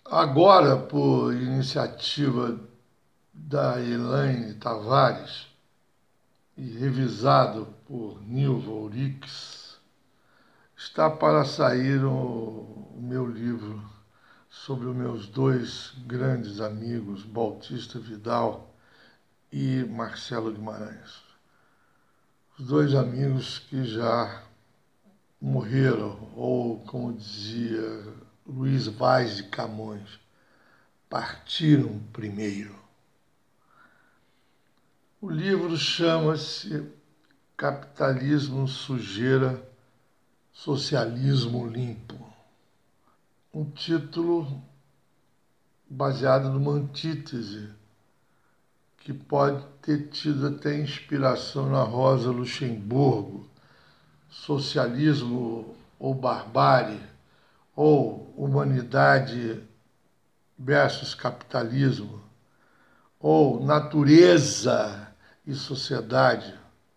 Agora, por iniciativa da Elaine Tavares e revisado por Nilva Ourix, está para sair o meu livro sobre os meus dois grandes amigos, Bautista Vidal e Marcelo Guimarães. Os dois amigos que já morreram, ou como dizia Luiz Vaz de Camões, partiram primeiro. O livro chama-se Capitalismo, Sujeira, Socialismo Limpo. Um título baseado numa antítese que pode ter tido até inspiração na Rosa Luxemburgo, Socialismo ou Barbárie, ou Humanidade versus Capitalismo, ou Natureza e Sociedade.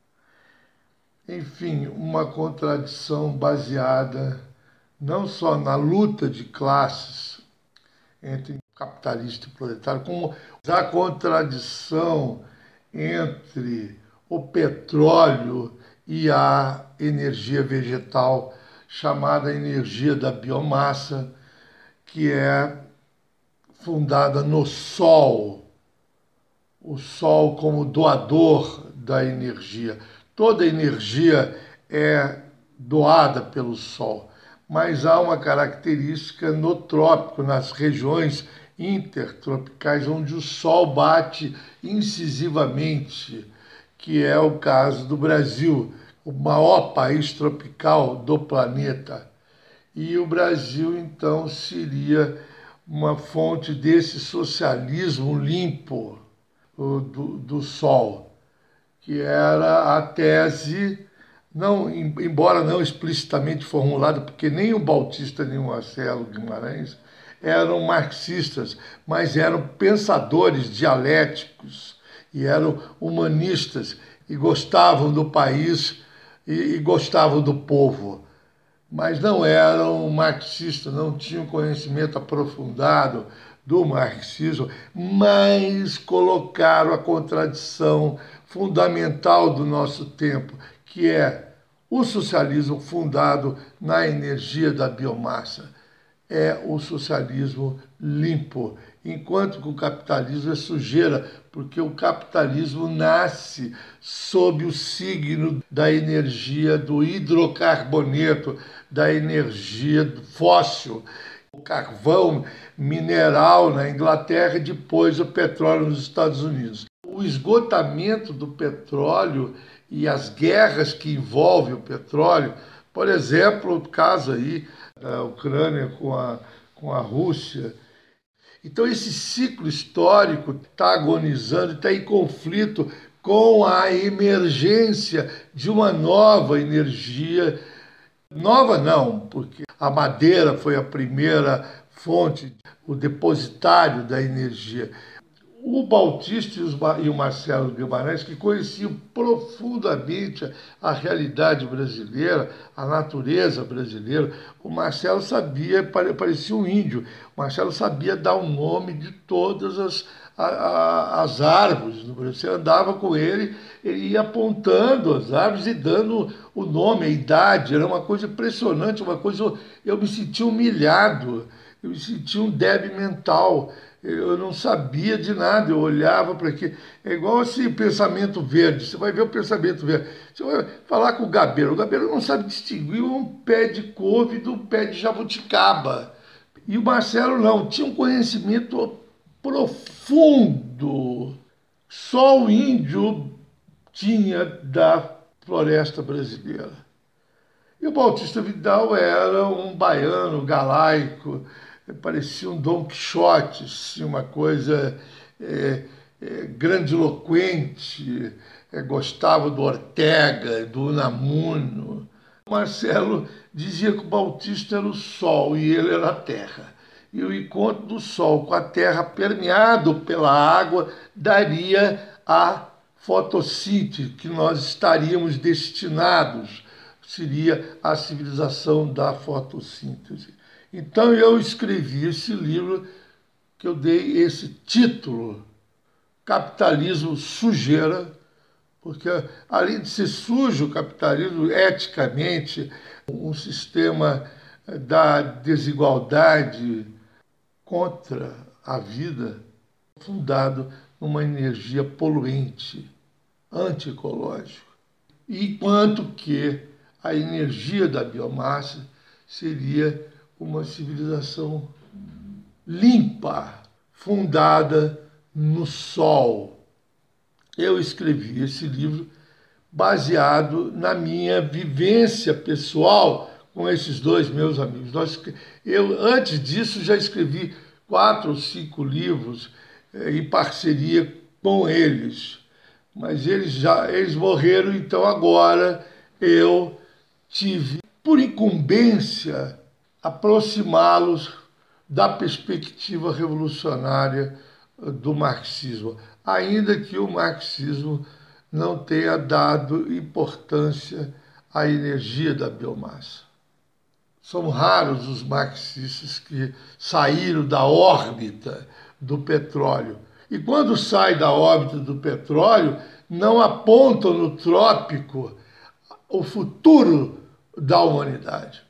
Enfim, uma contradição baseada não só na luta de classes entre capitalista e proletário, como a contradição entre o petróleo e a energia vegetal, chamada energia da biomassa, que é fundada no Sol, o Sol como doador da energia. Toda energia é doada pelo Sol, mas há uma característica no trópico, nas regiões intertropicais, onde o Sol bate incisivamente, que é o caso do Brasil, o maior país tropical do planeta. E o Brasil, então, seria uma fonte desse socialismo limpo do Sol, que era a tese, não, embora não explicitamente formulada, porque nem o Bautista nem o Marcelo Guimarães eram marxistas, mas eram pensadores dialéticos e eram humanistas e gostavam do país e gostavam do povo, mas não eram marxistas, não tinham conhecimento aprofundado do marxismo, mas colocaram a contradição fundamental do nosso tempo, que é o socialismo fundado na energia da biomassa. É o socialismo limpo, enquanto que o capitalismo é sujeira, porque o capitalismo nasce sob o signo da energia do hidrocarboneto, da energia fóssil, o carvão mineral na Inglaterra e depois o petróleo nos Estados Unidos. O esgotamento do petróleo e as guerras que envolvem o petróleo, por exemplo, o caso aí da Ucrânia com a Rússia. Então, esse ciclo histórico está agonizando, está em conflito com a emergência de uma nova energia. Nova não, porque a madeira foi a primeira fonte, o depositário da energia. O Bautista e o Marcelo Guimarães, que conheciam profundamente a realidade brasileira, a natureza brasileira, o Marcelo sabia, parecia um índio, o Marcelo sabia dar o nome de todas as árvores no Brasil. Você andava com ele, ele ia apontando as árvores e dando o nome, a idade, era uma coisa impressionante, uma coisa, eu me sentia humilhado, eu me sentia um débil mental. Eu não sabia de nada, eu olhava para aqui. É igual assim, pensamento verde. Você vai ver o pensamento verde. Você vai falar com o Gabeiro não sabe distinguir um pé de couve do pé de jabuticaba. E o Marcelo não, tinha um conhecimento profundo. Só o índio tinha da floresta brasileira. E o Bautista Vidal era um baiano galaico, parecia um Dom Quixote, assim, uma coisa grandiloquente, gostava do Ortega, do Unamuno. O Marcelo dizia que o Bautista era o Sol e ele era a Terra. E o encontro do Sol com a Terra, permeado pela água, daria a fotossíntese que nós estaríamos destinados, seria a civilização da fotossíntese. Então eu escrevi esse livro que eu dei esse título, Capitalismo Sujeira, porque além de ser sujo o capitalismo, eticamente, um sistema da desigualdade contra a vida, fundado numa energia poluente, antiecológica, enquanto que a energia da biomassa seria uma civilização limpa, fundada no sol. Eu escrevi esse livro baseado na minha vivência pessoal com esses dois meus amigos. Eu, antes disso, já escrevi 4 ou 5 livros em parceria com eles, mas eles morreram, então agora eu tive, por incumbência, aproximá-los da perspectiva revolucionária do marxismo, ainda que o marxismo não tenha dado importância à energia da biomassa. São raros os marxistas que saíram da órbita do petróleo. E quando saem da órbita do petróleo, não apontam no trópico o futuro da humanidade.